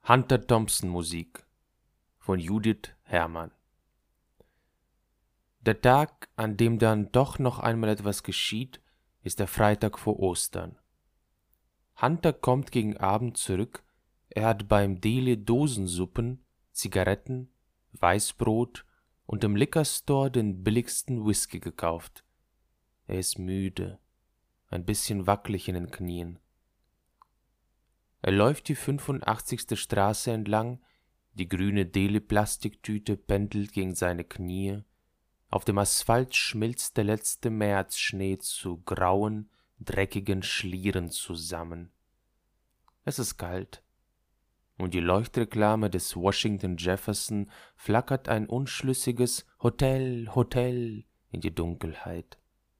Hunter Thompson Musik von Judith Herrmann. Der Tag, an dem dann doch noch einmal etwas geschieht, ist der Freitag vor Ostern. Hunter kommt gegen Abend zurück. Er hat beim Deli Dosensuppen, Zigaretten, Weißbrot und im Liquor-Store den billigsten Whisky gekauft. Er ist müde, ein bisschen wackelig in den Knien. Er läuft die 85. Straße entlang, die grüne Deli-Plastiktüte pendelt gegen seine Knie, auf dem Asphalt schmilzt der letzte Märzschnee zu grauen, dreckigen Schlieren zusammen. Es ist kalt, und die Leuchtreklame des Washington Jefferson flackert ein unschlüssiges Hotel, Hotel in die Dunkelheit.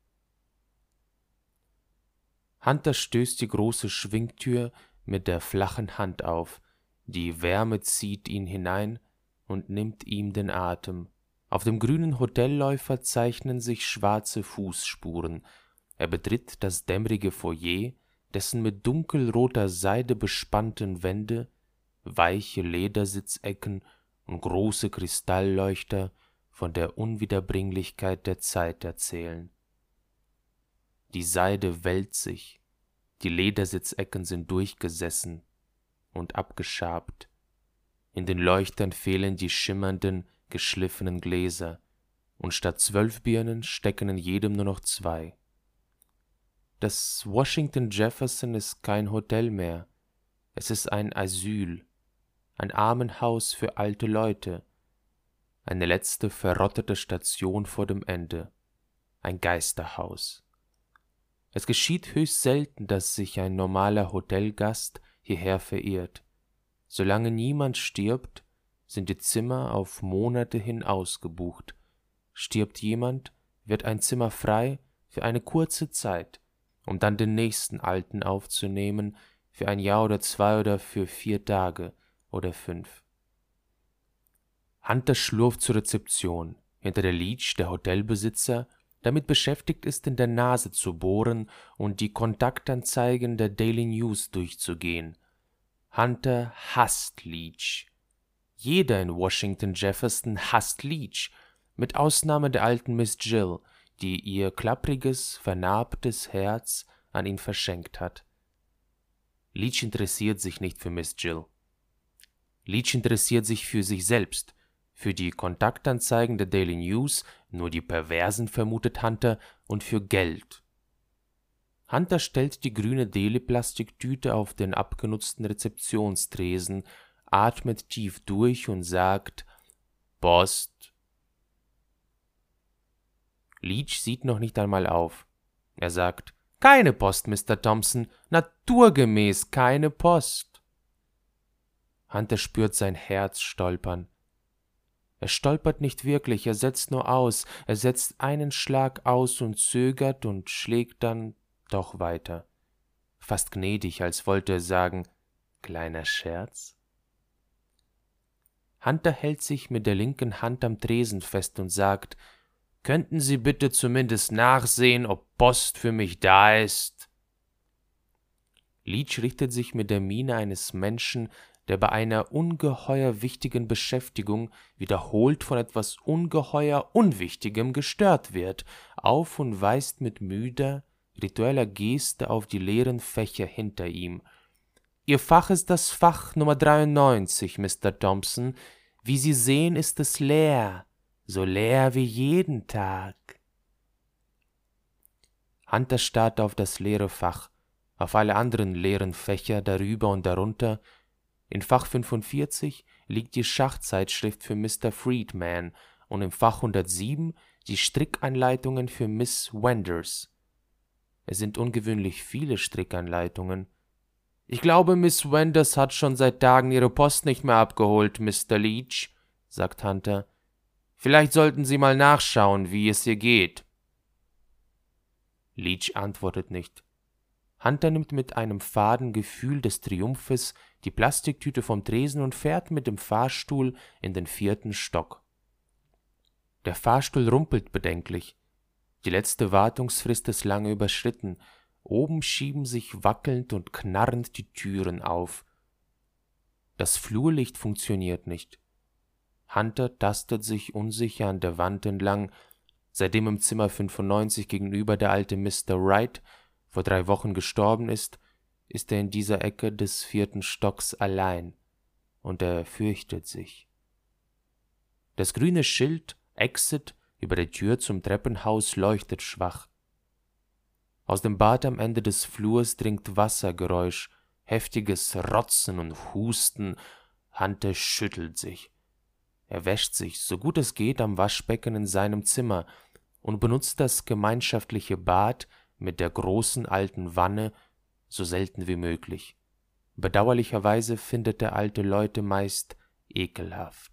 Hunter stößt die große Schwingtür mit der flachen Hand auf, die Wärme zieht ihn hinein und nimmt ihm den Atem. Auf dem grünen Hotelläufer zeichnen sich schwarze Fußspuren. Er betritt das dämmerige Foyer, dessen mit dunkelroter Seide bespannten Wände, weiche Ledersitzecken und große Kristallleuchter von der Unwiederbringlichkeit der Zeit erzählen. Die Seide wellt sich, die Ledersitzecken sind durchgesessen und abgeschabt. In den Leuchtern fehlen die schimmernden, geschliffenen Gläser, und statt 12 Birnen stecken in jedem nur noch 2. Das Washington Jefferson ist kein Hotel mehr. Es ist ein Asyl, ein Armenhaus für alte Leute, eine letzte verrottete Station vor dem Ende, ein Geisterhaus. Es geschieht höchst selten, dass sich ein normaler Hotelgast hierher verirrt. Solange niemand stirbt, sind die Zimmer auf Monate hin ausgebucht. Stirbt jemand, wird ein Zimmer frei für eine kurze Zeit, um dann den nächsten Alten aufzunehmen, für ein Jahr oder 2 oder für 4 Tage oder 5. Hunter schlurft zur Rezeption, hinter der Leach, der Hotelbesitzer, damit beschäftigt ist, in der Nase zu bohren und die Kontaktanzeigen der Daily News durchzugehen. Hunter hasst Leach. Jeder in Washington Jefferson hasst Leach, mit Ausnahme der alten Miss Jill, die ihr klappriges, vernarbtes Herz an ihn verschenkt hat. Leach interessiert sich nicht für Miss Jill. Leach interessiert sich für sich selbst, für die Kontaktanzeigen der Daily News, nur die Perversen vermutet Hunter, und für Geld. Hunter stellt die grüne Deli-Plastiktüte auf den abgenutzten Rezeptionstresen, atmet tief durch und sagt: »Post.« Leach sieht noch nicht einmal auf. Er sagt: »Keine Post, Mr. Thompson, naturgemäß keine Post.« Hunter spürt sein Herz stolpern. Er stolpert nicht wirklich, er setzt nur aus, er setzt einen Schlag aus und zögert und schlägt dann doch weiter. Fast gnädig, als wollte er sagen: »Kleiner Scherz?« Hunter hält sich mit der linken Hand am Tresen fest und sagt: »Könnten Sie bitte zumindest nachsehen, ob Post für mich da ist?« Leach richtet sich mit der Miene eines Menschen, der bei einer ungeheuer wichtigen Beschäftigung wiederholt von etwas ungeheuer Unwichtigem gestört wird, auf und weist mit müder, ritueller Geste auf die leeren Fächer hinter ihm. »Ihr Fach ist das Fach Nummer 93, Mr. Thompson. Wie Sie sehen, ist es leer, so leer wie jeden Tag.« Hunter starrt auf das leere Fach, auf alle anderen leeren Fächer darüber und darunter. In Fach 45 liegt die Schachzeitschrift für Mr. Friedman und im Fach 107 die Strickanleitungen für Miss Wenders. Es sind ungewöhnlich viele Strickanleitungen. »Ich glaube, Miss Wenders hat schon seit Tagen ihre Post nicht mehr abgeholt, Mr. Leach«, sagt Hunter. »Vielleicht sollten Sie mal nachschauen, wie es ihr geht.« Leach antwortet nicht. Hunter nimmt mit einem faden Gefühl des Triumphes die Plastiktüte vom Tresen und fährt mit dem Fahrstuhl in den 4. Stock. Der Fahrstuhl rumpelt bedenklich. Die letzte Wartungsfrist ist lange überschritten. Oben schieben sich wackelnd und knarrend die Türen auf. Das Flurlicht funktioniert nicht. Hunter tastet sich unsicher an der Wand entlang. Seitdem im Zimmer 95 gegenüber der alte Mr. Wright vor 3 Wochen gestorben ist, ist er in dieser Ecke des 4. Stocks allein, und er fürchtet sich. Das grüne Schild Exit über der Tür zum Treppenhaus leuchtet schwach. Aus dem Bad am Ende des Flurs dringt Wassergeräusch, heftiges Rotzen und Husten. Hunter schüttelt sich. Er wäscht sich, so gut es geht, am Waschbecken in seinem Zimmer und benutzt das gemeinschaftliche Bad mit der großen alten Wanne so selten wie möglich. Bedauerlicherweise findet er alte Leute meist ekelhaft.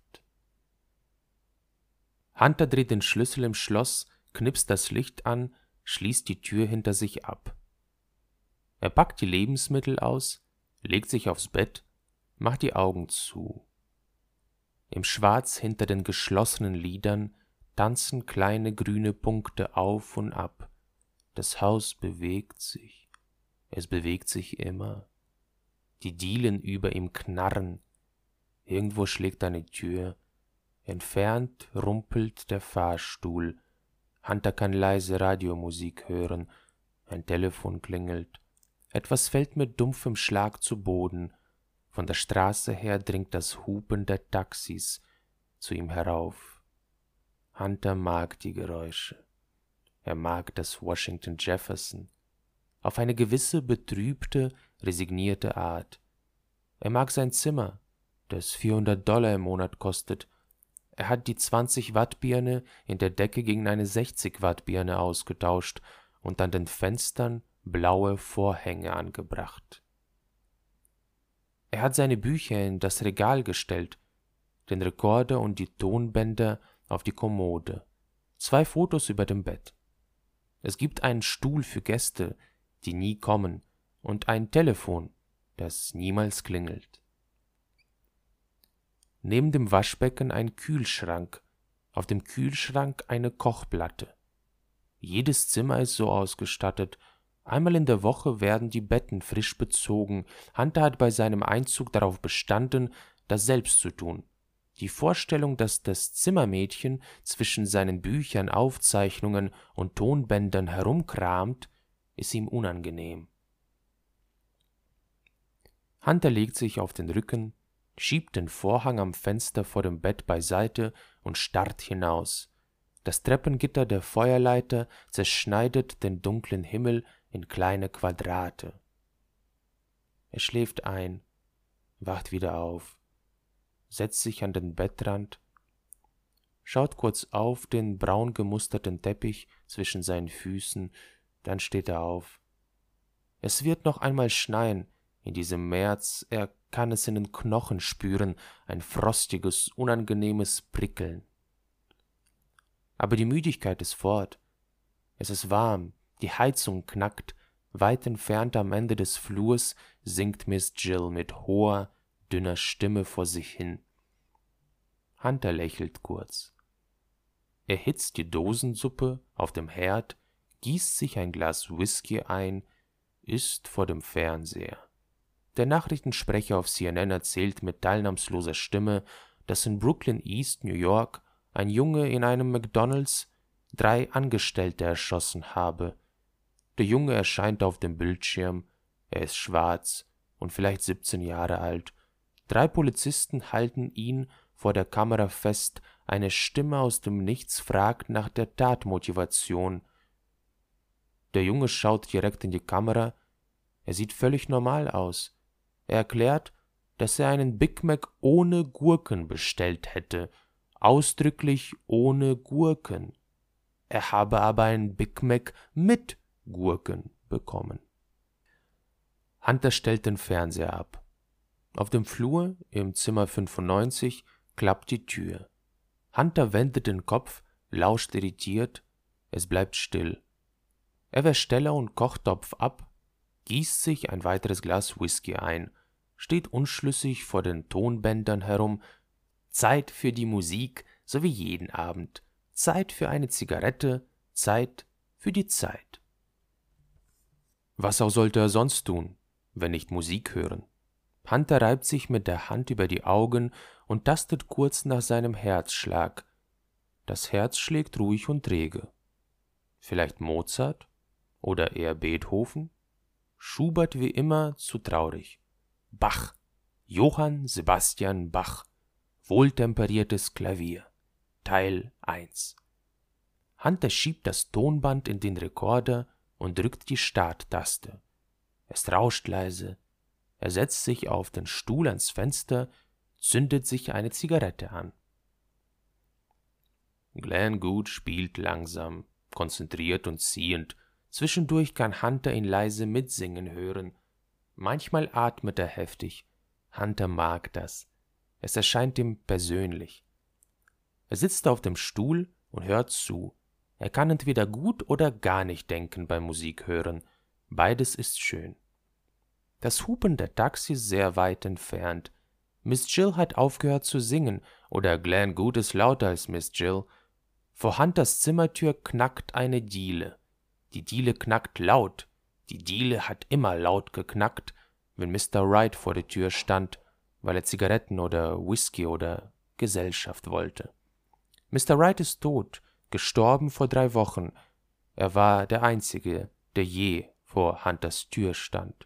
Hunter dreht den Schlüssel im Schloss, knipst das Licht an, schließt die Tür hinter sich ab. Er packt die Lebensmittel aus, legt sich aufs Bett, macht die Augen zu. Im Schwarz hinter den geschlossenen Lidern tanzen kleine grüne Punkte auf und ab. Das Haus bewegt sich. Es bewegt sich immer. Die Dielen über ihm knarren. Irgendwo schlägt eine Tür. Entfernt rumpelt der Fahrstuhl. Hunter kann leise Radiomusik hören. Ein Telefon klingelt. Etwas fällt mit dumpfem Schlag zu Boden. Von der Straße her dringt das Hupen der Taxis zu ihm herauf. Hunter mag die Geräusche. Er mag das Washington Jefferson. Auf eine gewisse betrübte, resignierte Art. Er mag sein Zimmer, das $400 im Monat kostet. Er hat die 20-Watt-Birne in der Decke gegen eine 60-Watt-Birne ausgetauscht und an den Fenstern blaue Vorhänge angebracht. Er hat seine Bücher in das Regal gestellt, den Rekorder und die Tonbänder auf die Kommode, 2 Fotos über dem Bett. Es gibt einen Stuhl für Gäste, die nie kommen, und ein Telefon, das niemals klingelt. Neben dem Waschbecken ein Kühlschrank, auf dem Kühlschrank eine Kochplatte. Jedes Zimmer ist so ausgestattet. Einmal in der Woche werden die Betten frisch bezogen. Hunter hat bei seinem Einzug darauf bestanden, das selbst zu tun. Die Vorstellung, dass das Zimmermädchen zwischen seinen Büchern, Aufzeichnungen und Tonbändern herumkramt, ist ihm unangenehm. Hunter legt sich auf den Rücken, schiebt den Vorhang am Fenster vor dem Bett beiseite und starrt hinaus. Das Treppengitter der Feuerleiter zerschneidet den dunklen Himmel in kleine Quadrate. Er schläft ein, wacht wieder auf, setzt sich an den Bettrand, schaut kurz auf den braun gemusterten Teppich zwischen seinen Füßen, dann steht er auf. Es wird noch einmal schneien in diesem März, er kann es in den Knochen spüren, ein frostiges, unangenehmes Prickeln. Aber die Müdigkeit ist fort. Es ist warm, die Heizung knackt, weit entfernt am Ende des Flurs singt Miss Jill mit hoher, dünner Stimme vor sich hin. Hunter lächelt kurz. Er hitzt die Dosensuppe auf dem Herd, gießt sich ein Glas Whisky ein, isst vor dem Fernseher. Der Nachrichtensprecher auf CNN erzählt mit teilnahmsloser Stimme, dass in Brooklyn East, New York, ein Junge in einem McDonald's 3 Angestellte erschossen habe. Der Junge erscheint auf dem Bildschirm, er ist schwarz und vielleicht 17 Jahre alt. 3 Polizisten halten ihn vor der Kamera fest, eine Stimme aus dem Nichts fragt nach der Tatmotivation. Der Junge schaut direkt in die Kamera, er sieht völlig normal aus. Er erklärt, dass er einen Big Mac ohne Gurken bestellt hätte, ausdrücklich ohne Gurken. Er habe aber einen Big Mac mit Gurken bekommen. Hunter stellt den Fernseher ab. Auf dem Flur im Zimmer 95 klappt die Tür. Hunter wendet den Kopf, lauscht irritiert, es bleibt still. Er wäscht Teller und Kochtopf ab, gießt sich ein weiteres Glas Whisky ein, steht unschlüssig vor den Tonbändern herum. Zeit für die Musik, so wie jeden Abend. Zeit für eine Zigarette, Zeit für die Zeit. Was auch sollte er sonst tun, wenn nicht Musik hören? Hunter reibt sich mit der Hand über die Augen und tastet kurz nach seinem Herzschlag. Das Herz schlägt ruhig und träge. Vielleicht Mozart oder eher Beethoven? Schubert wie immer zu traurig. Bach, Johann Sebastian Bach, wohltemperiertes Klavier, Teil 1. Hunter schiebt das Tonband in den Rekorder und drückt die Starttaste. Es rauscht leise. Er setzt sich auf den Stuhl ans Fenster, zündet sich eine Zigarette an. Glenn Gould spielt langsam, konzentriert und ziehend. Zwischendurch kann Hunter ihn leise mitsingen hören. Manchmal atmet er heftig. Hunter mag das. Es erscheint ihm persönlich. Er sitzt auf dem Stuhl und hört zu. Er kann entweder gut oder gar nicht denken beim Musikhören. Beides ist schön. Das Hupen der Taxis sehr weit entfernt. Miss Jill hat aufgehört zu singen, oder Glenn Gould ist lauter als Miss Jill. Vor Hunters Zimmertür knackt eine Diele. Die Diele knackt laut. Die Diele hat immer laut geknackt, wenn Mr. Wright vor der Tür stand, weil er Zigaretten oder Whisky oder Gesellschaft wollte. Mr. Wright ist tot, gestorben vor 3 Wochen. Er war der Einzige, der je vor Hunters Tür stand.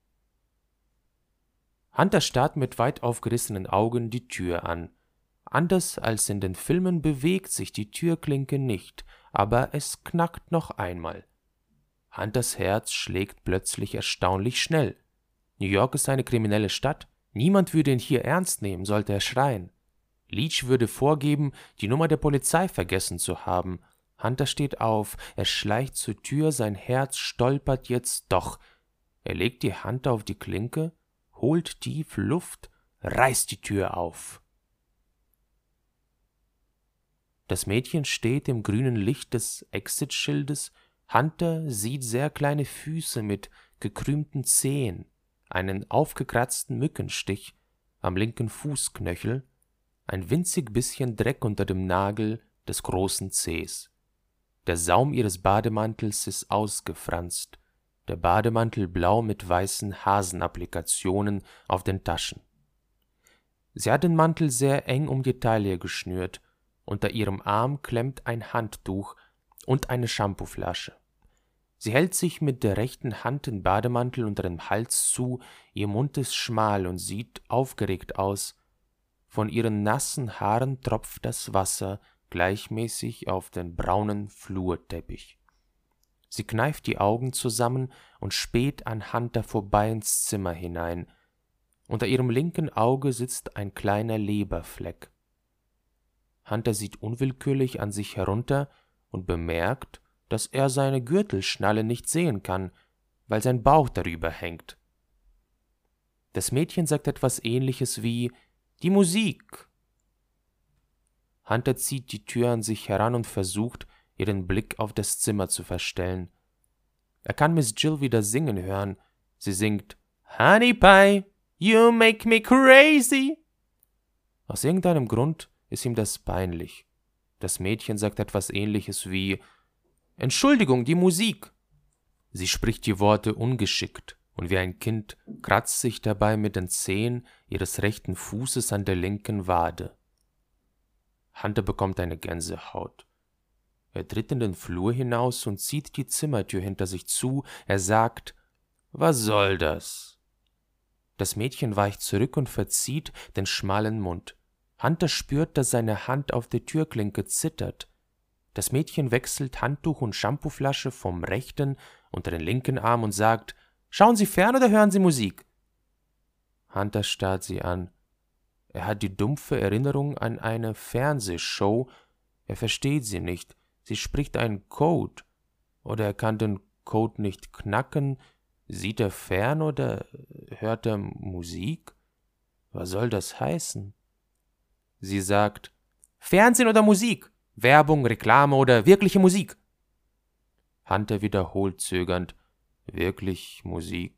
Hunter starrt mit weit aufgerissenen Augen die Tür an. Anders als in den Filmen bewegt sich die Türklinke nicht, aber es knackt noch einmal. Hunters Herz schlägt plötzlich erstaunlich schnell. New York ist eine kriminelle Stadt. Niemand würde ihn hier ernst nehmen, sollte er schreien. Leach würde vorgeben, die Nummer der Polizei vergessen zu haben. Hunter steht auf, er schleicht zur Tür, sein Herz stolpert jetzt doch. Er legt die Hand auf die Klinke, holt tief Luft, reißt die Tür auf. Das Mädchen steht im grünen Licht des Exit-Schildes. Hunter sieht sehr kleine Füße mit gekrümmten Zehen, einen aufgekratzten Mückenstich am linken Fußknöchel, ein winzig bisschen Dreck unter dem Nagel des großen Zehs. Der Saum ihres Bademantels ist ausgefranst, der Bademantel blau mit weißen Hasenapplikationen auf den Taschen. Sie hat den Mantel sehr eng um die Taille geschnürt, unter ihrem Arm klemmt ein Handtuch und eine Shampooflasche. Sie hält sich mit der rechten Hand den Bademantel unter dem Hals zu, ihr Mund ist schmal und sieht aufgeregt aus. Von ihren nassen Haaren tropft das Wasser gleichmäßig auf den braunen Flurteppich. Sie kneift die Augen zusammen und späht an Hunter vorbei ins Zimmer hinein. Unter ihrem linken Auge sitzt ein kleiner Leberfleck. Hunter sieht unwillkürlich an sich herunter und bemerkt, dass er seine Gürtelschnalle nicht sehen kann, weil sein Bauch darüber hängt. Das Mädchen sagt etwas Ähnliches wie »Die Musik«. Hunter zieht die Tür an sich heran und versucht, ihren Blick auf das Zimmer zu verstellen. Er kann Miss Jill wieder singen hören. Sie singt »Honey Pie, you make me crazy«. Aus irgendeinem Grund ist ihm das peinlich. Das Mädchen sagt etwas Ähnliches wie »Entschuldigung, die Musik«. Sie spricht die Worte ungeschickt und wie ein Kind kratzt sich dabei mit den Zehen ihres rechten Fußes an der linken Wade. Hunter bekommt eine Gänsehaut. Er tritt in den Flur hinaus und zieht die Zimmertür hinter sich zu. Er sagt, »Was soll das?« Das Mädchen weicht zurück und verzieht den schmalen Mund. Hunter spürt, dass seine Hand auf der Türklinke zittert. Das Mädchen wechselt Handtuch und Shampooflasche vom rechten unter den linken Arm und sagt, »Schauen Sie fern oder hören Sie Musik?« Hunter starrt sie an. Er hat die dumpfe Erinnerung an eine Fernsehshow. Er versteht sie nicht. Sie spricht einen Code. Oder er kann den Code nicht knacken. Sieht er fern oder hört er Musik? Was soll das heißen? Sie sagt, »Fernsehen oder Musik? Werbung, Reklame oder wirkliche Musik?« Hunter wiederholt zögernd, »Wirklich Musik?«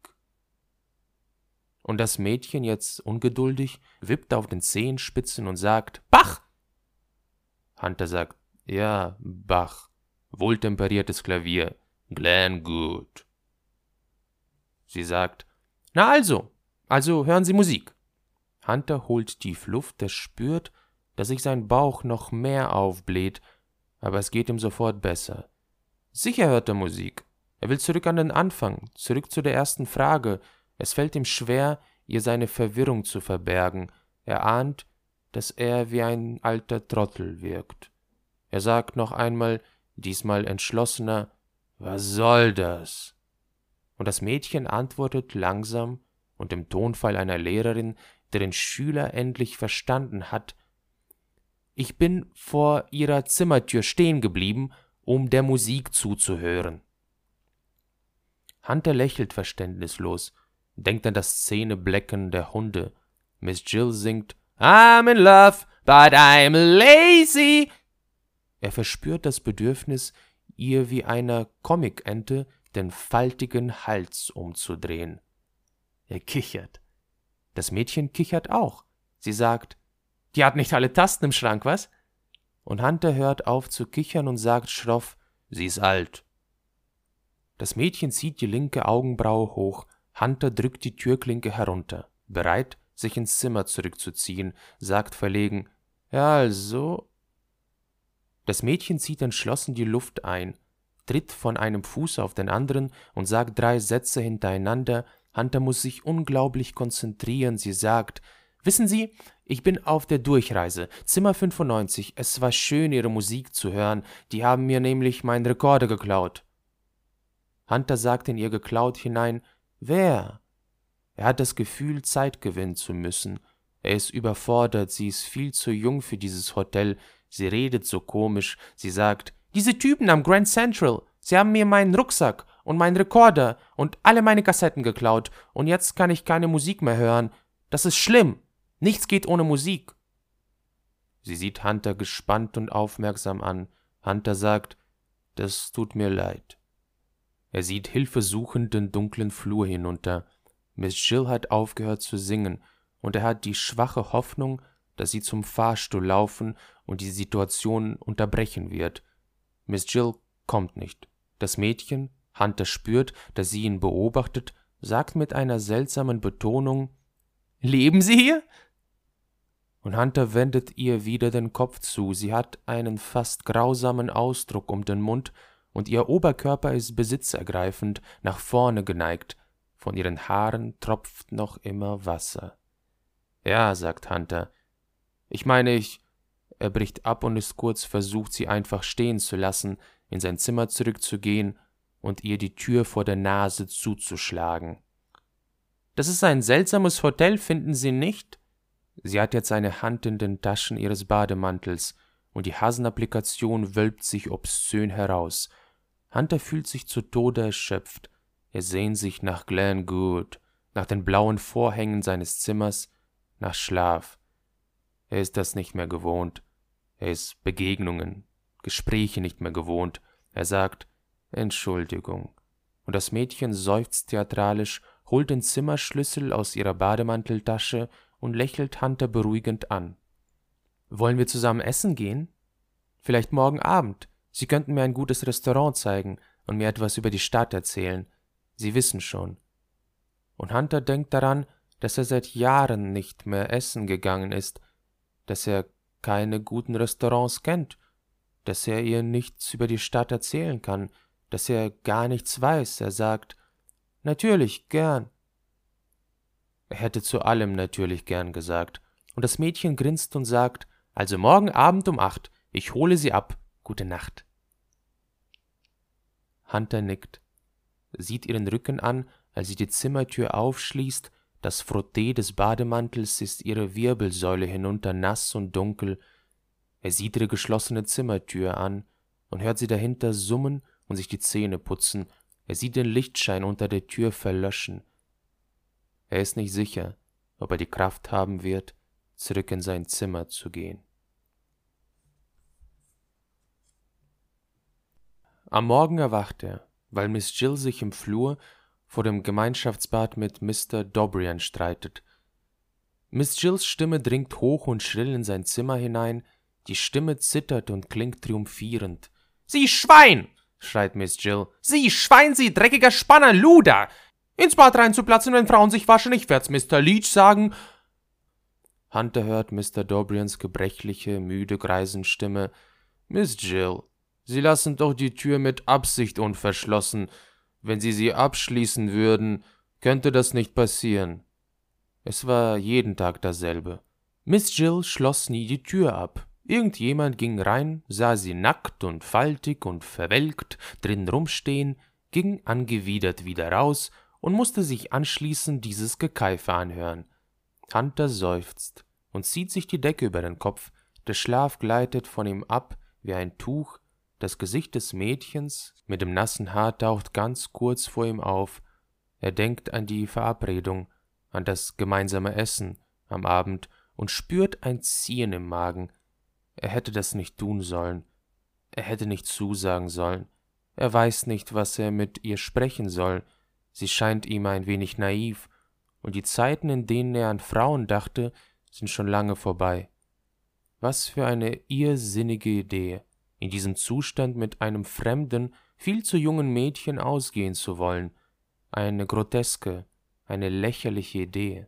Und das Mädchen, jetzt ungeduldig, wippt auf den Zehenspitzen und sagt, »Bach!« Hunter sagt, »Ja, Bach, wohltemperiertes Klavier, Glenn Gould.« Sie sagt, »Na also, Also hören Sie Musik. Hunter holt tief Luft, er spürt, dass sich sein Bauch noch mehr aufbläht, aber es geht ihm sofort besser. Sicher hört er Musik. Er will zurück an den Anfang, zurück zu der ersten Frage. Es fällt ihm schwer, ihr seine Verwirrung zu verbergen. Er ahnt, dass er wie ein alter Trottel wirkt. Er sagt noch einmal, diesmal entschlossener, »Was soll das?« Und das Mädchen antwortet langsam und im Tonfall einer Lehrerin, deren Schüler endlich verstanden hat, »Ich bin vor ihrer Zimmertür stehen geblieben, um der Musik zuzuhören.« Hunter lächelt verständnislos, denkt an das Zähneblecken der Hunde. Miss Jill singt »I'm in love, but I'm lazy«. Er verspürt das Bedürfnis, ihr wie einer Comicente den faltigen Hals umzudrehen. Er kichert. Das Mädchen kichert auch. Sie sagt, »Die hat nicht alle Tasten im Schrank, was?« Und Hunter hört auf zu kichern und sagt schroff, »Sie ist alt.« Das Mädchen zieht die linke Augenbraue hoch. Hunter drückt die Türklinke herunter, bereit, sich ins Zimmer zurückzuziehen, sagt verlegen, »Ja, also...« Das Mädchen zieht entschlossen die Luft ein, tritt von einem Fuß auf den anderen und sagt 3 Sätze hintereinander. Hunter muss sich unglaublich konzentrieren. Sie sagt, »Wissen Sie, ich bin auf der Durchreise, Zimmer 95, es war schön, Ihre Musik zu hören, die haben mir nämlich meinen Rekorder geklaut.« Hunter sagt in ihr geklaut hinein, »Wer?« Er hat das Gefühl, Zeit gewinnen zu müssen. Er ist überfordert, sie ist viel zu jung für dieses Hotel, sie redet so komisch, sie sagt, »Diese Typen am Grand Central, sie haben mir meinen Rucksack und meinen Rekorder und alle meine Kassetten geklaut und jetzt kann ich keine Musik mehr hören. Das ist schlimm. Nichts geht ohne Musik.« Sie sieht Hunter gespannt und aufmerksam an. Hunter sagt, »Das tut mir leid.« Er sieht hilfesuchend den dunklen Flur hinunter. Miss Jill hat aufgehört zu singen, und er hat die schwache Hoffnung, dass sie zum Fahrstuhl laufen und die Situation unterbrechen wird. Miss Jill kommt nicht. Das Mädchen, Hunter spürt, dass sie ihn beobachtet, sagt mit einer seltsamen Betonung, »Leben Sie hier?« Und Hunter wendet ihr wieder den Kopf zu. Sie hat einen fast grausamen Ausdruck um den Mund, und ihr Oberkörper ist besitzergreifend nach vorne geneigt. Von ihren Haaren tropft noch immer Wasser. »Ja«, sagt Hunter. »Ich meine, Er bricht ab und ist kurz versucht, sie einfach stehen zu lassen, in sein Zimmer zurückzugehen und ihr die Tür vor der Nase zuzuschlagen. »Das ist ein seltsames Hotel, finden Sie nicht?« Sie hat jetzt eine Hand in den Taschen ihres Bademantels, und die Hasenapplikation wölbt sich obszön heraus. Hunter fühlt sich zu Tode erschöpft. Er sehnt sich nach Glenn Gould, nach den blauen Vorhängen seines Zimmers, nach Schlaf. Er ist das nicht mehr gewohnt. Er ist Begegnungen, Gespräche nicht mehr gewohnt. Er sagt, »Entschuldigung.« Und das Mädchen seufzt theatralisch, holt den Zimmerschlüssel aus ihrer Bademanteltasche und lächelt Hunter beruhigend an. »Wollen wir zusammen essen gehen? Vielleicht morgen Abend. Sie könnten mir ein gutes Restaurant zeigen und mir etwas über die Stadt erzählen. Sie wissen schon.« Und Hunter denkt daran, dass er seit Jahren nicht mehr essen gegangen ist, dass er keine guten Restaurants kennt, dass er ihr nichts über die Stadt erzählen kann, dass er gar nichts weiß. Er sagt, »Natürlich, gern.« Er hätte zu allem natürlich gern gesagt, und das Mädchen grinst und sagt, »Also morgen Abend um 8, ich hole Sie ab. Gute Nacht.« Hunter nickt, sieht ihren Rücken an, als sie die Zimmertür aufschließt. Das Frottee des Bademantels ist ihre Wirbelsäule hinunter nass und dunkel. Er sieht ihre geschlossene Zimmertür an und hört sie dahinter summen und sich die Zähne putzen. Er sieht den Lichtschein unter der Tür verlöschen. Er ist nicht sicher, ob er die Kraft haben wird, zurück in sein Zimmer zu gehen. Am Morgen erwacht er, weil Miss Jill sich im Flur vor dem Gemeinschaftsbad mit Mr. Dobrian streitet. Miss Jills Stimme dringt hoch und schrill in sein Zimmer hinein. Die Stimme zittert und klingt triumphierend. »Sie Schwein!« schreit Miss Jill. »Sie Schwein, Sie dreckiger Spanner, Luder! »Ins Bad reinzuplatzen, wenn Frauen sich waschen, ich werd's Mr. Leach sagen.« Hunter hört Mr. Dobrians gebrechliche, müde Greisenstimme. »Miss Jill, Sie lassen doch die Tür mit Absicht unverschlossen. Wenn Sie sie abschließen würden, könnte das nicht passieren.« Es war jeden Tag dasselbe. Miss Jill schloss nie die Tür ab. Irgendjemand ging rein, sah sie nackt und faltig und verwelkt drin rumstehen, ging angewidert wieder raus und musste sich anschließend dieses Gekeife anhören. Hunter seufzt und zieht sich die Decke über den Kopf. Der Schlaf gleitet von ihm ab wie ein Tuch. Das Gesicht des Mädchens mit dem nassen Haar taucht ganz kurz vor ihm auf. Er denkt an die Verabredung, an das gemeinsame Essen am Abend und spürt ein Ziehen im Magen. Er hätte das nicht tun sollen. Er hätte nicht zusagen sollen. Er weiß nicht, was er mit ihr sprechen soll. Sie scheint ihm ein wenig naiv, und die Zeiten, in denen er an Frauen dachte, sind schon lange vorbei. Was für eine irrsinnige Idee, in diesem Zustand mit einem fremden, viel zu jungen Mädchen ausgehen zu wollen. Eine groteske, eine lächerliche Idee.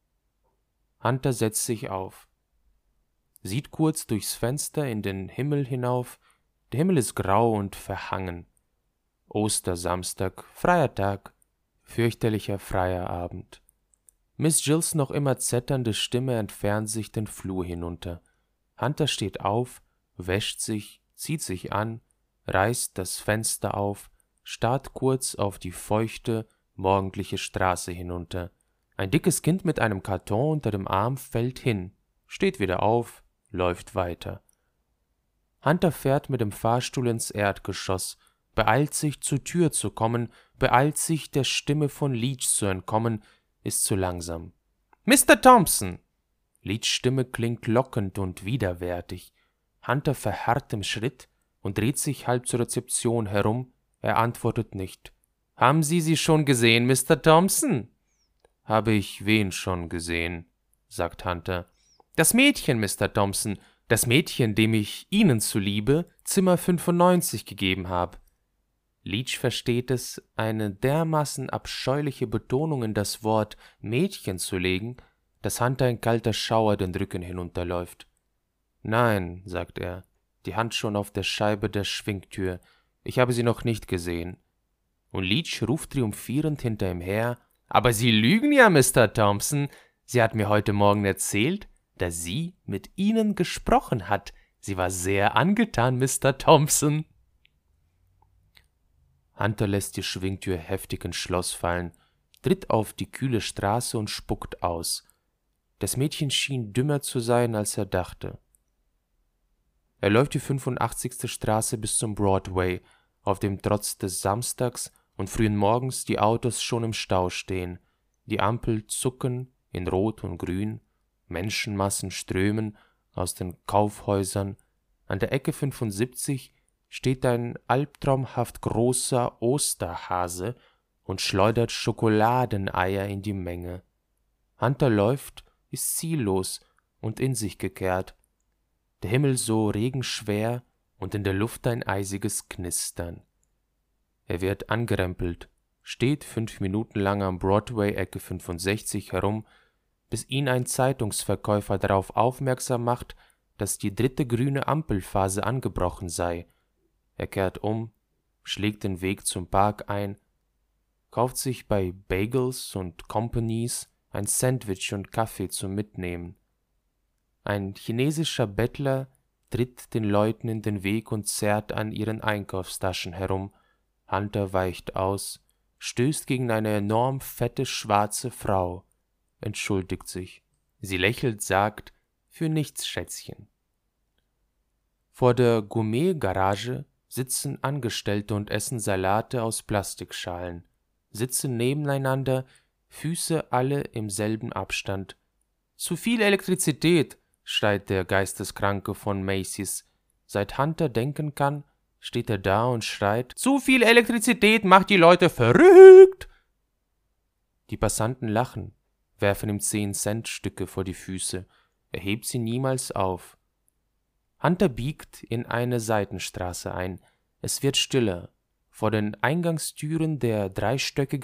Hunter setzt sich auf, sieht kurz durchs Fenster in den Himmel hinauf. Der Himmel ist grau und verhangen. Ostersamstag, freier Tag, fürchterlicher freier Abend. Miss Jills noch immer zetternde Stimme entfernt sich den Flur hinunter. Hunter steht auf, wäscht sich, zieht sich an, reißt das Fenster auf, starrt kurz auf die feuchte, morgendliche Straße hinunter. Ein dickes Kind mit einem Karton unter dem Arm fällt hin, steht wieder auf, läuft weiter. Hunter fährt mit dem Fahrstuhl ins Erdgeschoss, beeilt sich, zur Tür zu kommen, beeilt sich, der Stimme von Leach zu entkommen, ist zu langsam. »Mr. Thompson!« Leachs Stimme klingt lockend und widerwärtig. Hunter verharrt im Schritt und dreht sich halb zur Rezeption herum. Er antwortet nicht. »Haben Sie sie schon gesehen, Mr. Thompson?« »Habe ich wen schon gesehen?« sagt Hunter. »Das Mädchen, Mr. Thompson, das Mädchen, dem ich Ihnen zuliebe Zimmer 95 gegeben habe.« Leach versteht es, eine dermaßen abscheuliche Betonung in das Wort Mädchen zu legen, dass Hunter ein kalter Schauer den Rücken hinunterläuft. »Nein«, sagt er, die Hand schon auf der Scheibe der Schwingtür, »ich habe sie noch nicht gesehen.« Und Leach ruft triumphierend hinter ihm her, »Aber Sie lügen ja, Mr. Thompson. Sie hat mir heute Morgen erzählt, dass sie mit Ihnen gesprochen hat. Sie war sehr angetan, Mr. Thompson.« Hunter lässt die Schwingtür heftig ins Schloss fallen, tritt auf die kühle Straße und spuckt aus. Das Mädchen schien dümmer zu sein, als er dachte. Er läuft die 85. Straße bis zum Broadway, auf dem trotz des Samstags und frühen Morgens die Autos schon im Stau stehen. Die Ampeln zucken in Rot und Grün, Menschenmassen strömen aus den Kaufhäusern. An der Ecke 75 steht ein albtraumhaft großer Osterhase und schleudert Schokoladeneier in die Menge. Hunter läuft, ist ziellos und in sich gekehrt. Der Himmel so regenschwer und in der Luft ein eisiges Knistern. Er wird angerempelt, steht 5 Minuten lang am Broadway Ecke 65 herum, bis ihn ein Zeitungsverkäufer darauf aufmerksam macht, dass die 3. grüne Ampelphase angebrochen sei. Er kehrt um, schlägt den Weg zum Park ein, kauft sich bei Bagels und Companies ein Sandwich und Kaffee zum Mitnehmen. Ein chinesischer Bettler tritt den Leuten in den Weg und zerrt an ihren Einkaufstaschen herum. Hunter weicht aus, stößt gegen eine enorm fette schwarze Frau, entschuldigt sich. Sie lächelt, sagt, »Für nichts, Schätzchen.« Vor der Gourmet-Garage sitzen Angestellte und essen Salate aus Plastikschalen, sitzen nebeneinander, Füße alle im selben Abstand. »Zu viel Elektrizität«, schreit der Geisteskranke von Macy's. Seit Hunter denken kann, steht er da und schreit, »Zu viel Elektrizität macht die Leute verrückt!« Die Passanten lachen, werfen ihm 10-Cent-Stücke vor die Füße. Er hebt sie niemals auf. Hunter biegt in eine Seitenstraße ein. Es wird stiller. Vor den Eingangstüren der dreistöckigen,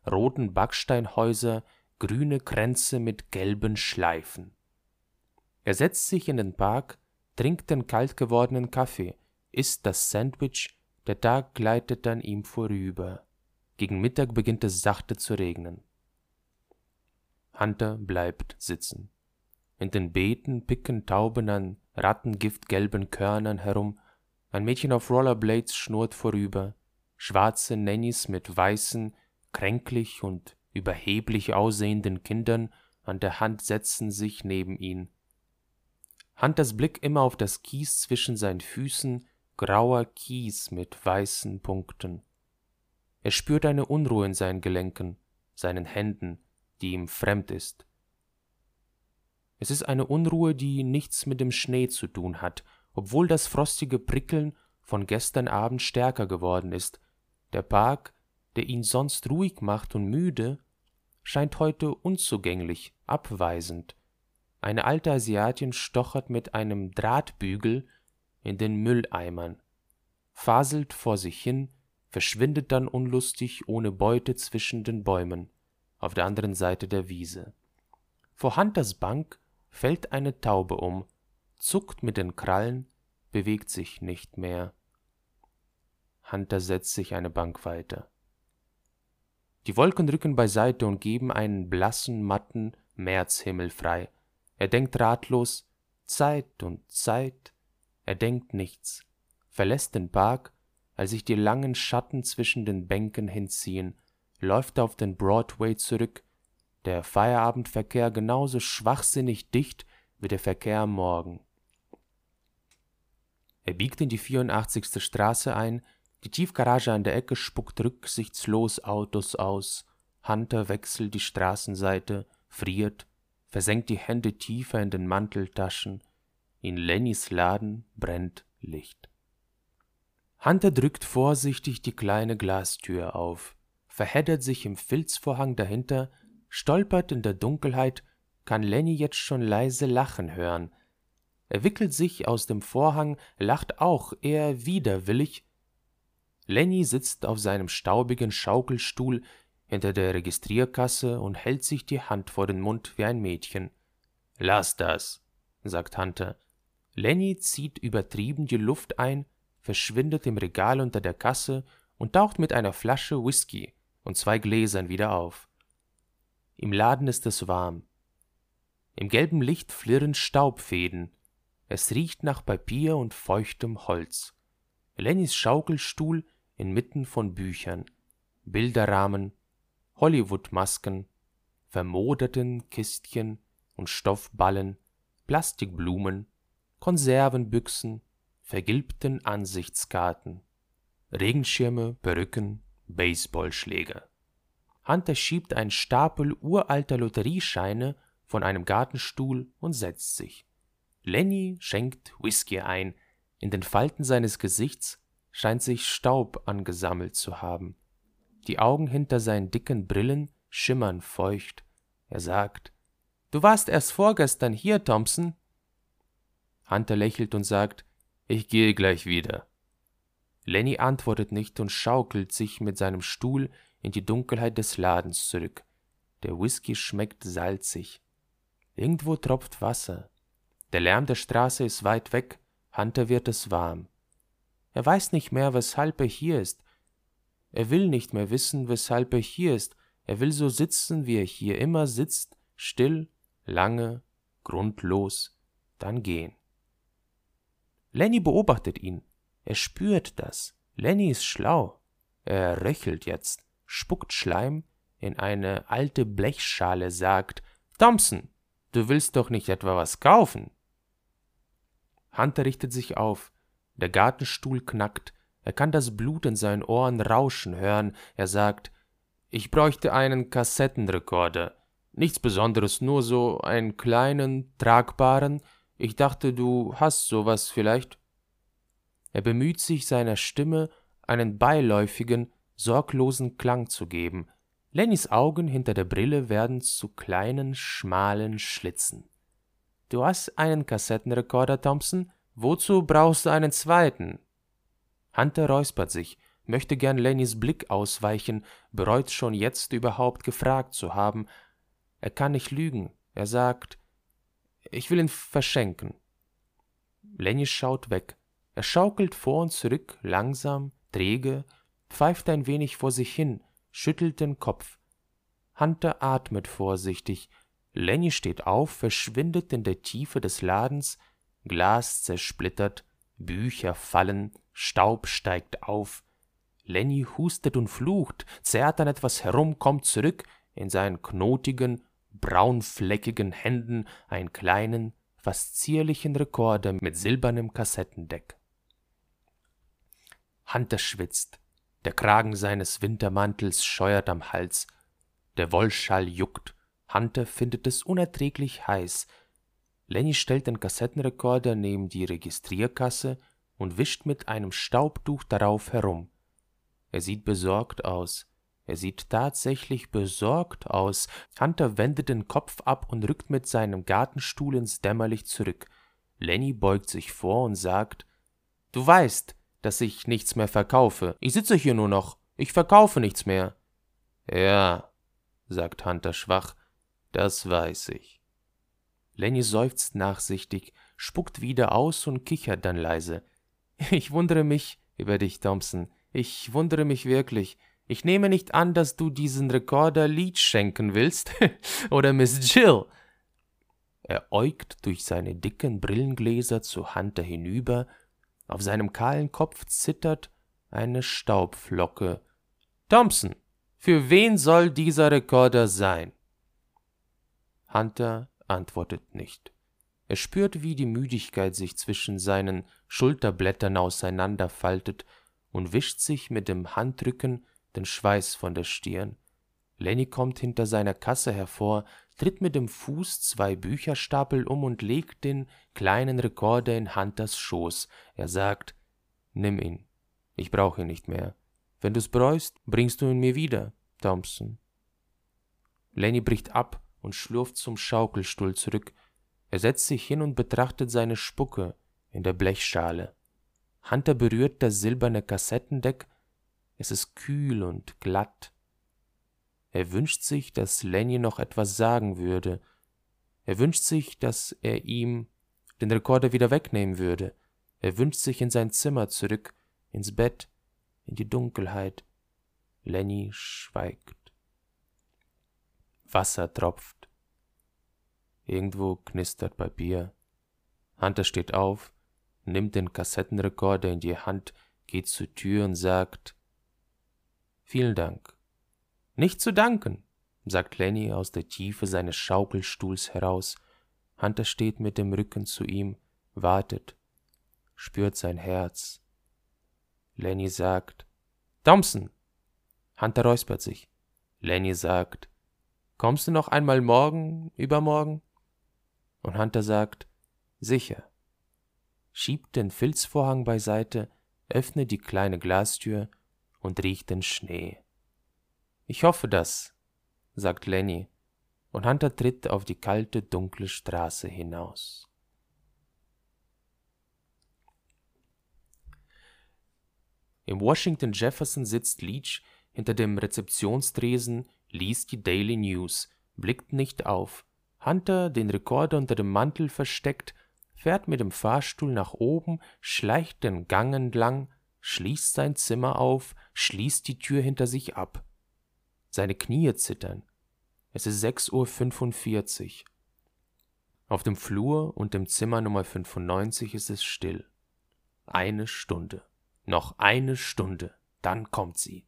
roten Backsteinhäuser, grüne Kränze mit gelben Schleifen. Er setzt sich in den Park, trinkt den kalt gewordenen Kaffee, isst das Sandwich, der Tag gleitet an ihm vorüber. Gegen Mittag beginnt es sachte zu regnen. Hunter bleibt sitzen. In den Beeten picken Tauben an rattengiftgelben Körnern herum, ein Mädchen auf Rollerblades schnurrt vorüber, schwarze Nannies mit weißen, kränklich und überheblich aussehenden Kindern an der Hand setzen sich neben ihn. Hunters Blick immer auf das Kies zwischen seinen Füßen, grauer Kies mit weißen Punkten. Er spürt eine Unruhe in seinen Gelenken, seinen Händen, die ihm fremd ist. Es ist eine Unruhe, die nichts mit dem Schnee zu tun hat, obwohl das frostige Prickeln von gestern Abend stärker geworden ist. Der Park, der ihn sonst ruhig macht und müde, scheint heute unzugänglich, abweisend. Eine alte Asiatin stochert mit einem Drahtbügel in den Mülleimern, faselt vor sich hin, verschwindet dann unlustig ohne Beute zwischen den Bäumen, auf der anderen Seite der Wiese. Vor Hunters Bank fällt eine Taube um, zuckt mit den Krallen, bewegt sich nicht mehr. Hunter setzt sich eine Bank weiter. Die Wolken rücken beiseite und geben einen blassen, matten Märzhimmel frei. Er denkt ratlos, Zeit und Zeit. Er denkt nichts, verlässt den Park, als sich die langen Schatten zwischen den Bänken hinziehen, läuft auf den Broadway zurück, der Feierabendverkehr genauso schwachsinnig dicht wie der Verkehr am Morgen. Er biegt in die 84. Straße ein, die Tiefgarage an der Ecke spuckt rücksichtslos Autos aus. Hunter wechselt die Straßenseite, friert, versenkt die Hände tiefer in den Manteltaschen. In Lennys Laden brennt Licht. Hunter drückt vorsichtig die kleine Glastür auf, verheddert sich im Filzvorhang dahinter, stolpert in der Dunkelheit, kann Lenny jetzt schon leise lachen hören. Er wickelt sich aus dem Vorhang, lacht auch eher widerwillig. Lenny sitzt auf seinem staubigen Schaukelstuhl hinter der Registrierkasse und hält sich die Hand vor den Mund wie ein Mädchen. »Lass das«, sagt Hunter. Lenny zieht übertrieben die Luft ein, verschwindet im Regal unter der Kasse und taucht mit einer Flasche Whisky und 2 Gläsern wieder auf. Im Laden ist es warm. Im gelben Licht flirren Staubfäden. Es riecht nach Papier und feuchtem Holz. Lennys Schaukelstuhl inmitten von Büchern, Bilderrahmen, Hollywood-Masken, vermoderten Kistchen und Stoffballen, Plastikblumen, Konservenbüchsen, vergilbten Ansichtskarten, Regenschirme, Perücken, Baseballschläger. Hunter schiebt einen Stapel uralter Lotteriescheine von einem Gartenstuhl und setzt sich. Lenny schenkt Whisky ein. In den Falten seines Gesichts scheint sich Staub angesammelt zu haben. Die Augen hinter seinen dicken Brillen schimmern feucht. Er sagt, »Du warst erst vorgestern hier, Thompson?« Hunter lächelt und sagt, »Ich gehe gleich wieder.« Lenny antwortet nicht und schaukelt sich mit seinem Stuhl in die Dunkelheit des Ladens zurück. Der Whisky schmeckt salzig. Irgendwo tropft Wasser. Der Lärm der Straße ist weit weg. Hunter wird es warm. Er weiß nicht mehr, weshalb er hier ist. Er will nicht mehr wissen, weshalb er hier ist. Er will so sitzen, wie er hier immer sitzt, still, lange, grundlos, dann gehen. Lenny beobachtet ihn. Er spürt das. Lenny ist schlau. Er röchelt jetzt, spuckt Schleim in eine alte Blechschale, sagt, »Thompson, du willst doch nicht etwa was kaufen?« Hunter richtet sich auf. Der Gartenstuhl knackt. Er kann das Blut in seinen Ohren rauschen hören. Er sagt, »Ich bräuchte einen Kassettenrekorder. Nichts Besonderes, nur so einen kleinen, tragbaren. Ich dachte, du hast sowas vielleicht.« Er bemüht sich, seiner Stimme einen beiläufigen, sorglosen Klang zu geben. Lennys Augen hinter der Brille werden zu kleinen, schmalen Schlitzen. »Du hast einen Kassettenrekorder, Thompson? Wozu brauchst du einen zweiten?« Hunter räuspert sich. möchte gern Lennys Blick ausweichen, bereut schon jetzt überhaupt gefragt zu haben. Er kann nicht lügen. Er sagt, ich will ihn verschenken. Lenny schaut weg. Er schaukelt vor und zurück, langsam, träge, pfeift ein wenig vor sich hin, schüttelt den Kopf. Hunter atmet vorsichtig. Lenny steht auf, verschwindet in der Tiefe des Ladens, Glas zersplittert, Bücher fallen, Staub steigt auf. Lenny hustet und flucht, zerrt an etwas herum, kommt zurück, in seinen knotigen, braunfleckigen Händen einen kleinen, fast zierlichen Rekorder mit silbernem Kassettendeck. Hunter schwitzt, der Kragen seines Wintermantels scheuert am Hals, der Wollschall juckt, Hunter findet es unerträglich heiß. Lenny stellt den Kassettenrekorder neben die Registrierkasse und wischt mit einem Staubtuch darauf herum. Er sieht besorgt aus. Er sieht tatsächlich besorgt aus. Hunter wendet den Kopf ab und rückt mit seinem Gartenstuhl ins Dämmerlicht zurück. Lenny beugt sich vor und sagt, »Du weißt, dass ich nichts mehr verkaufe. Ich sitze hier nur noch. Ich verkaufe nichts mehr.« »Ja«, sagt Hunter schwach, »das weiß ich.« Lenny seufzt nachsichtig, spuckt wieder aus und kichert dann leise. »Ich wundere mich über dich, Thompson. Ich wundere mich wirklich. Ich nehme nicht an, dass du diesen Rekorder Leach schenken willst. Oder Miss Jill.« Er äugt durch seine dicken Brillengläser zu Hunter hinüber. Auf seinem kahlen Kopf zittert eine Staubflocke. »Thompson, für wen soll dieser Rekorder sein?« Hunter antwortet nicht. Er spürt, wie die Müdigkeit sich zwischen seinen Schulterblättern auseinanderfaltet und wischt sich mit dem Handrücken den Schweiß von der Stirn. Lenny kommt hinter seiner Kasse hervor, tritt mit dem Fuß 2 Bücherstapel um und legt den kleinen Rekorder in Hunters Schoß. Er sagt, »Nimm ihn. Ich brauche ihn nicht mehr. Wenn du's bereust, bringst du ihn mir wieder, Thompson.« Lenny bricht ab und schlurft zum Schaukelstuhl zurück. Er setzt sich hin und betrachtet seine Spucke in der Blechschale. Hunter berührt das silberne Kassettendeck. Es ist kühl und glatt. Er wünscht sich, dass Lenny noch etwas sagen würde. Er wünscht sich, dass er ihm den Rekorder wieder wegnehmen würde. Er wünscht sich in sein Zimmer zurück, ins Bett, in die Dunkelheit. Lenny schweigt. Wasser tropft. Irgendwo knistert Papier. Hunter steht auf, nimmt den Kassettenrekorder in die Hand, geht zur Tür und sagt, »Vielen Dank.« »Nicht zu danken«, sagt Lenny aus der Tiefe seines Schaukelstuhls heraus. Hunter steht mit dem Rücken zu ihm, wartet, spürt sein Herz. Lenny sagt, »Thompson!« Hunter räuspert sich. Lenny sagt, »Kommst du noch einmal morgen, übermorgen?« Und Hunter sagt, »Sicher.« Schiebt den Filzvorhang beiseite, öffnet die kleine Glastür und riecht den Schnee. »Ich hoffe das«, sagt Lenny, und Hunter tritt auf die kalte, dunkle Straße hinaus. Im Washington Jefferson sitzt Leach hinter dem Rezeptionstresen, liest die Daily News, blickt nicht auf. Hunter, den Rekorder unter dem Mantel versteckt, fährt mit dem Fahrstuhl nach oben, schleicht den Gang entlang, schließt sein Zimmer auf, schließt die Tür hinter sich ab. Seine Knie zittern. Es ist 6:45 Uhr. Auf dem Flur und im Zimmer Nummer 95 ist es still. 1 Stunde. Noch 1 Stunde. Dann kommt sie.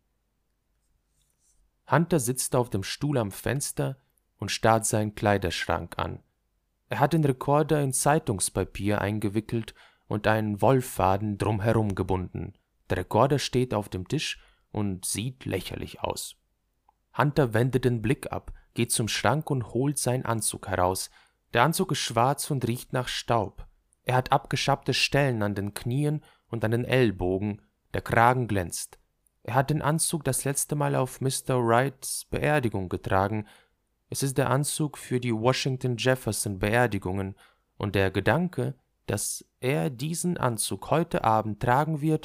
Hunter sitzt auf dem Stuhl am Fenster und starrt seinen Kleiderschrank an. Er hat den Rekorder in Zeitungspapier eingewickelt und einen Wollfaden drumherum gebunden. Der Rekorder steht auf dem Tisch und sieht lächerlich aus. Hunter wendet den Blick ab, geht zum Schrank und holt seinen Anzug heraus. Der Anzug ist schwarz und riecht nach Staub. Er hat abgeschabte Stellen an den Knien und an den Ellbogen, der Kragen glänzt. Er hat den Anzug das letzte Mal auf Mr. Wrights Beerdigung getragen. Es ist der Anzug für die Washington Jefferson Beerdigungen, und der Gedanke, dass er diesen Anzug heute Abend tragen wird,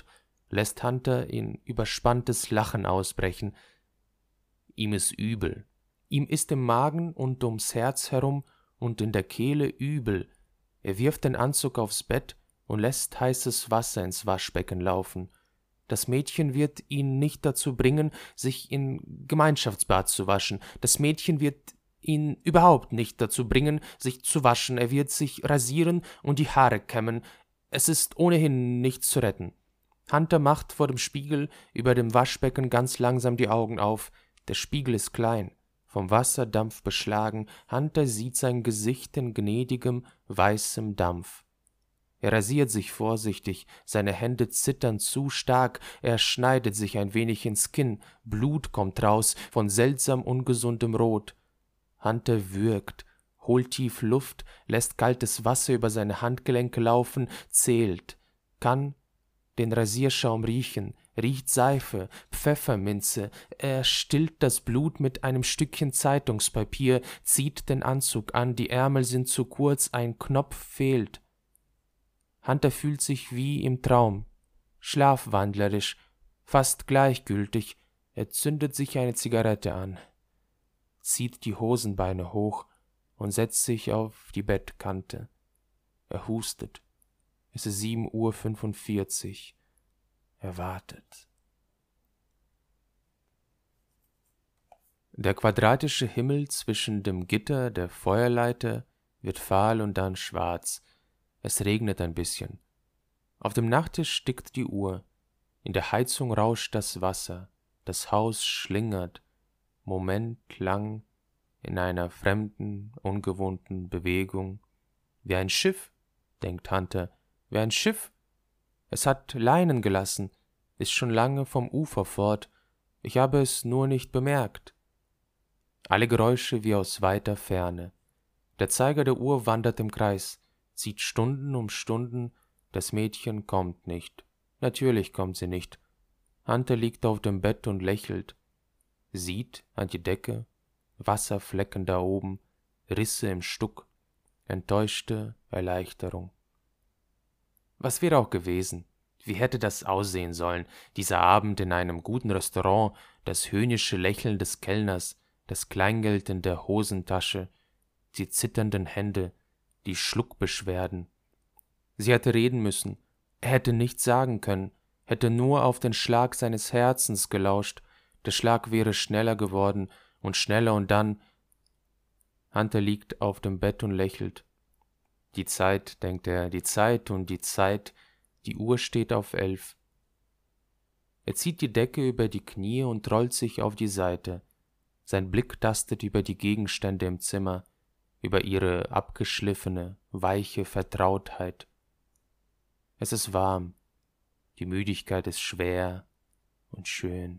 lässt Hunter in überspanntes Lachen ausbrechen. Ihm ist übel. Ihm ist im Magen und ums Herz herum und in der Kehle übel. Er wirft den Anzug aufs Bett und lässt heißes Wasser ins Waschbecken laufen. Das Mädchen wird ihn nicht dazu bringen, sich in Gemeinschaftsbad zu waschen. Das Mädchen wird ihn überhaupt nicht dazu bringen, sich zu waschen. Er wird sich rasieren und die Haare kämmen. Es ist ohnehin nichts zu retten. Hunter macht vor dem Spiegel über dem Waschbecken ganz langsam die Augen auf. Der Spiegel ist klein, vom Wasserdampf beschlagen. Hunter sieht sein Gesicht in gnädigem, weißem Dampf. Er rasiert sich vorsichtig, seine Hände zittern zu stark, er schneidet sich ein wenig ins Kinn, Blut kommt raus, von seltsam ungesundem Rot. Hunter würgt, holt tief Luft, lässt kaltes Wasser über seine Handgelenke laufen, zählt, kann den Rasierschaum riechen, riecht Seife, Pfefferminze, er stillt das Blut mit einem Stückchen Zeitungspapier, zieht den Anzug an, die Ärmel sind zu kurz, ein Knopf fehlt. Hunter fühlt sich wie im Traum, schlafwandlerisch, fast gleichgültig, er zündet sich eine Zigarette an, zieht die Hosenbeine hoch und setzt sich auf die Bettkante. Er hustet. Es ist 7:45 Uhr. Er wartet. Der quadratische Himmel zwischen dem Gitter der Feuerleiter wird fahl und dann schwarz. Es regnet ein bisschen. Auf dem Nachttisch tickt die Uhr. In der Heizung rauscht das Wasser. Das Haus schlingert, momentlang in einer fremden, ungewohnten Bewegung. Wie ein Schiff, denkt Hunter, wie ein Schiff. Es hat Leinen gelassen, ist schon lange vom Ufer fort. Ich habe es nur nicht bemerkt. Alle Geräusche wie aus weiter Ferne. Der Zeiger der Uhr wandert im Kreis, zieht Stunden um Stunden, das Mädchen kommt nicht. Natürlich kommt sie nicht. Hunter liegt auf dem Bett und lächelt, sieht an die Decke, Wasserflecken da oben, Risse im Stuck, enttäuschte Erleichterung. Was wäre auch gewesen? Wie hätte das aussehen sollen, dieser Abend in einem guten Restaurant, das höhnische Lächeln des Kellners, das Kleingeld in der Hosentasche, die zitternden Hände, die Schluckbeschwerden. Sie hätte reden müssen, er hätte nichts sagen können, hätte nur auf den Schlag seines Herzens gelauscht, der Schlag wäre schneller geworden und dann… Hunter liegt auf dem Bett und lächelt. Die Zeit, denkt er, die Zeit und die Zeit, die Uhr steht auf 11. Er zieht die Decke über die Knie und rollt sich auf die Seite. Sein Blick tastet über die Gegenstände im Zimmer, über ihre abgeschliffene, weiche Vertrautheit. Es ist warm, die Müdigkeit ist schwer und schön.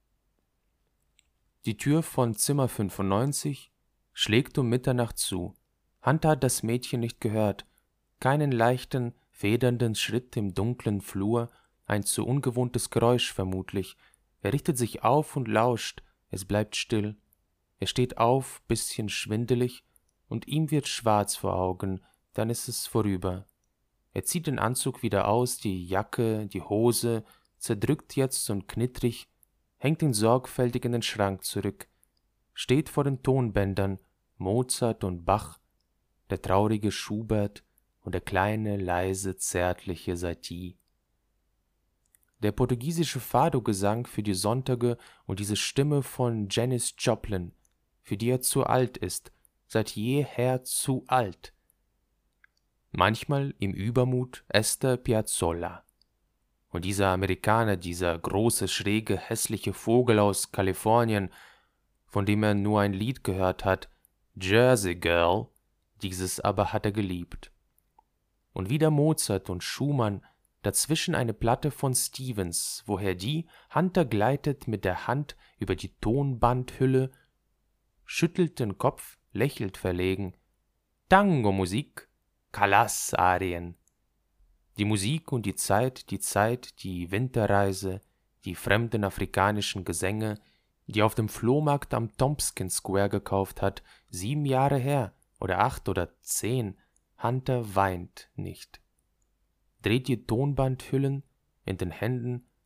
Die Tür von Zimmer 95 schlägt um Mitternacht zu. Hunter hat das Mädchen nicht gehört, keinen leichten, federnden Schritt im dunklen Flur, ein zu ungewohntes Geräusch vermutlich. Er richtet sich auf und lauscht, es bleibt still. Er steht auf, bisschen schwindelig, und ihm wird schwarz vor Augen, dann ist es vorüber. Er zieht den Anzug wieder aus, die Jacke, die Hose, zerdrückt jetzt und knittrig, hängt ihn sorgfältig in den Schrank zurück, steht vor den Tonbändern, Mozart und Bach, der traurige Schubert und der kleine, leise, zärtliche Satie. Der portugiesische Fado-Gesang für die Sonntage und diese Stimme von Janis Joplin, für die er zu alt ist, seit jeher zu alt. Manchmal im Übermut Astor Piazzolla. Und dieser Amerikaner, dieser große, schräge, hässliche Vogel aus Kalifornien, von dem er nur ein Lied gehört hat, Jersey Girl, dieses aber hat er geliebt. Und wieder Mozart und Schumann, dazwischen eine Platte von Stevens, woher die, Hunter gleitet mit der Hand über die Tonbandhülle, schüttelt den Kopf, lächelt verlegen. Tango-Musik, Calas-Arien. Die Musik und die Zeit, die Winterreise, die fremden afrikanischen Gesänge, die auf dem Flohmarkt am Tompkins Square gekauft hat, 7 Jahre her, oder 8 oder 10, Hunter weint nicht. Dreht die Tonbandhüllen in den Händen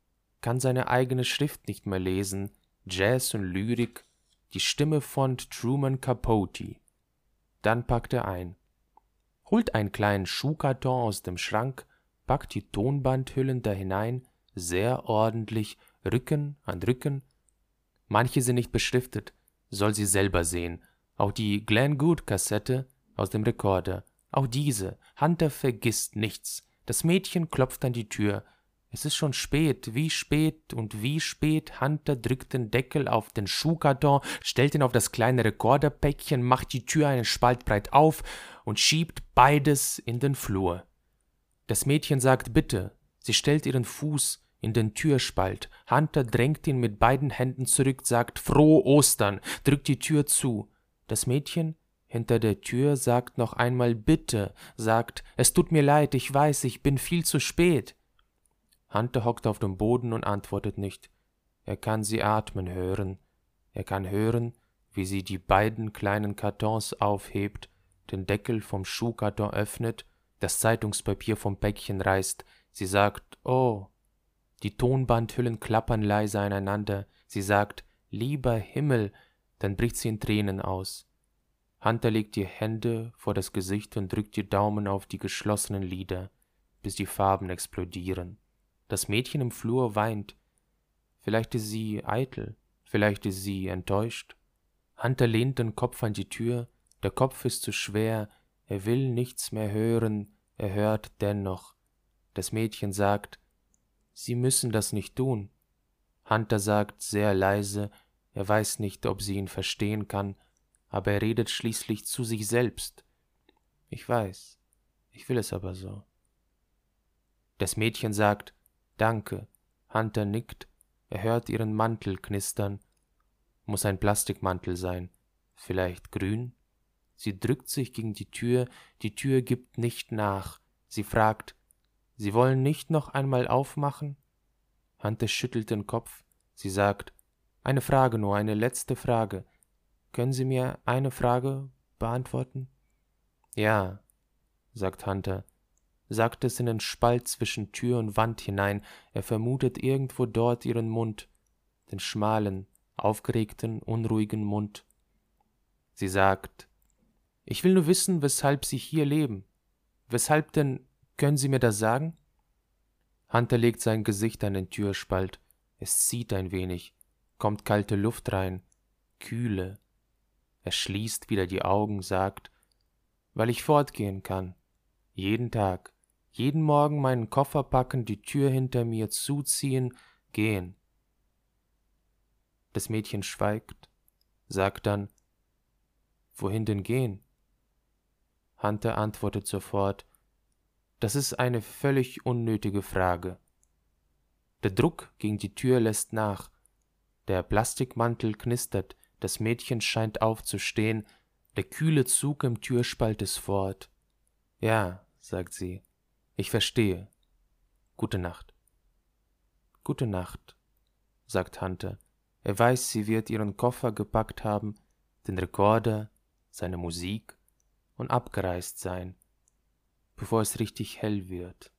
kann seine eigene Schrift nicht mehr lesen, Jazz und Lyrik, die Stimme von Truman Capote. Dann packt er ein, holt einen kleinen Schuhkarton aus dem Schrank, packt die Tonbandhüllen da hinein, sehr ordentlich, Rücken an Rücken. Manche sind nicht beschriftet, soll sie selber sehen. Auch die Glenn Gould-Kassette aus dem Rekorder. Auch diese. Hunter vergisst nichts. Das Mädchen klopft an die Tür. Es ist schon spät, wie spät und wie spät. Hunter drückt den Deckel auf den Schuhkarton, stellt ihn auf das kleine Rekorderpäckchen, macht die Tür einen Spalt breit auf und schiebt beides in den Flur. Das Mädchen sagt bitte. Sie stellt ihren Fuß in den Türspalt. Hunter drängt ihn mit beiden Händen zurück, sagt Frohe Ostern, drückt die Tür zu. Das Mädchen hinter der Tür sagt noch einmal bitte, sagt es tut mir leid, ich weiß, ich bin viel zu spät. Hunter hockt auf dem Boden und antwortet nicht. Er kann sie atmen hören. Er kann hören, wie sie die beiden kleinen Kartons aufhebt, den Deckel vom Schuhkarton öffnet, das Zeitungspapier vom Päckchen reißt. Sie sagt, oh. Die Tonbandhüllen klappern leise aneinander. Sie sagt, lieber Himmel, dann bricht sie in Tränen aus. Hunter legt die Hände vor das Gesicht und drückt die Daumen auf die geschlossenen Lider, bis die Farben explodieren. Das Mädchen im Flur weint. Vielleicht ist sie eitel, vielleicht ist sie enttäuscht. Hunter lehnt den Kopf an die Tür, der Kopf ist zu schwer, er will nichts mehr hören, er hört dennoch. Das Mädchen sagt, Sie müssen das nicht tun. Hunter sagt sehr leise, er weiß nicht, ob sie ihn verstehen kann, aber er redet schließlich zu sich selbst. Ich weiß, ich will es aber so. Das Mädchen sagt, Danke. Hunter nickt, er hört ihren Mantel knistern. Muss ein Plastikmantel sein, vielleicht grün? Sie drückt sich gegen die Tür gibt nicht nach. Sie fragt, Sie wollen nicht noch einmal aufmachen? Hunter schüttelt den Kopf. Sie sagt, eine Frage nur, eine letzte Frage. Können Sie mir eine Frage beantworten? Ja, sagt Hunter, sagt es in den Spalt zwischen Tür und Wand hinein. Er vermutet irgendwo dort ihren Mund, den schmalen, aufgeregten, unruhigen Mund. Sie sagt, ich will nur wissen, weshalb Sie hier leben. Weshalb denn, können Sie mir das sagen? Hunter legt sein Gesicht an den Türspalt. Es zieht ein wenig, kommt kalte Luft rein, Kühle. Er schließt wieder die Augen, sagt, weil ich fortgehen kann. Jeden Tag, jeden Morgen meinen Koffer packen, die Tür hinter mir zuziehen, gehen. Das Mädchen schweigt, sagt dann, wohin denn gehen? Hunter antwortet sofort, das ist eine völlig unnötige Frage. Der Druck gegen die Tür lässt nach. Der Plastikmantel knistert, das Mädchen scheint aufzustehen, der kühle Zug im Türspalt ist fort. Ja, sagt sie, ich verstehe. Gute Nacht. Gute Nacht, sagt Hunter. Er weiß, sie wird ihren Koffer gepackt haben, den Rekorder, seine Musik und abgereist sein, bevor es richtig hell wird.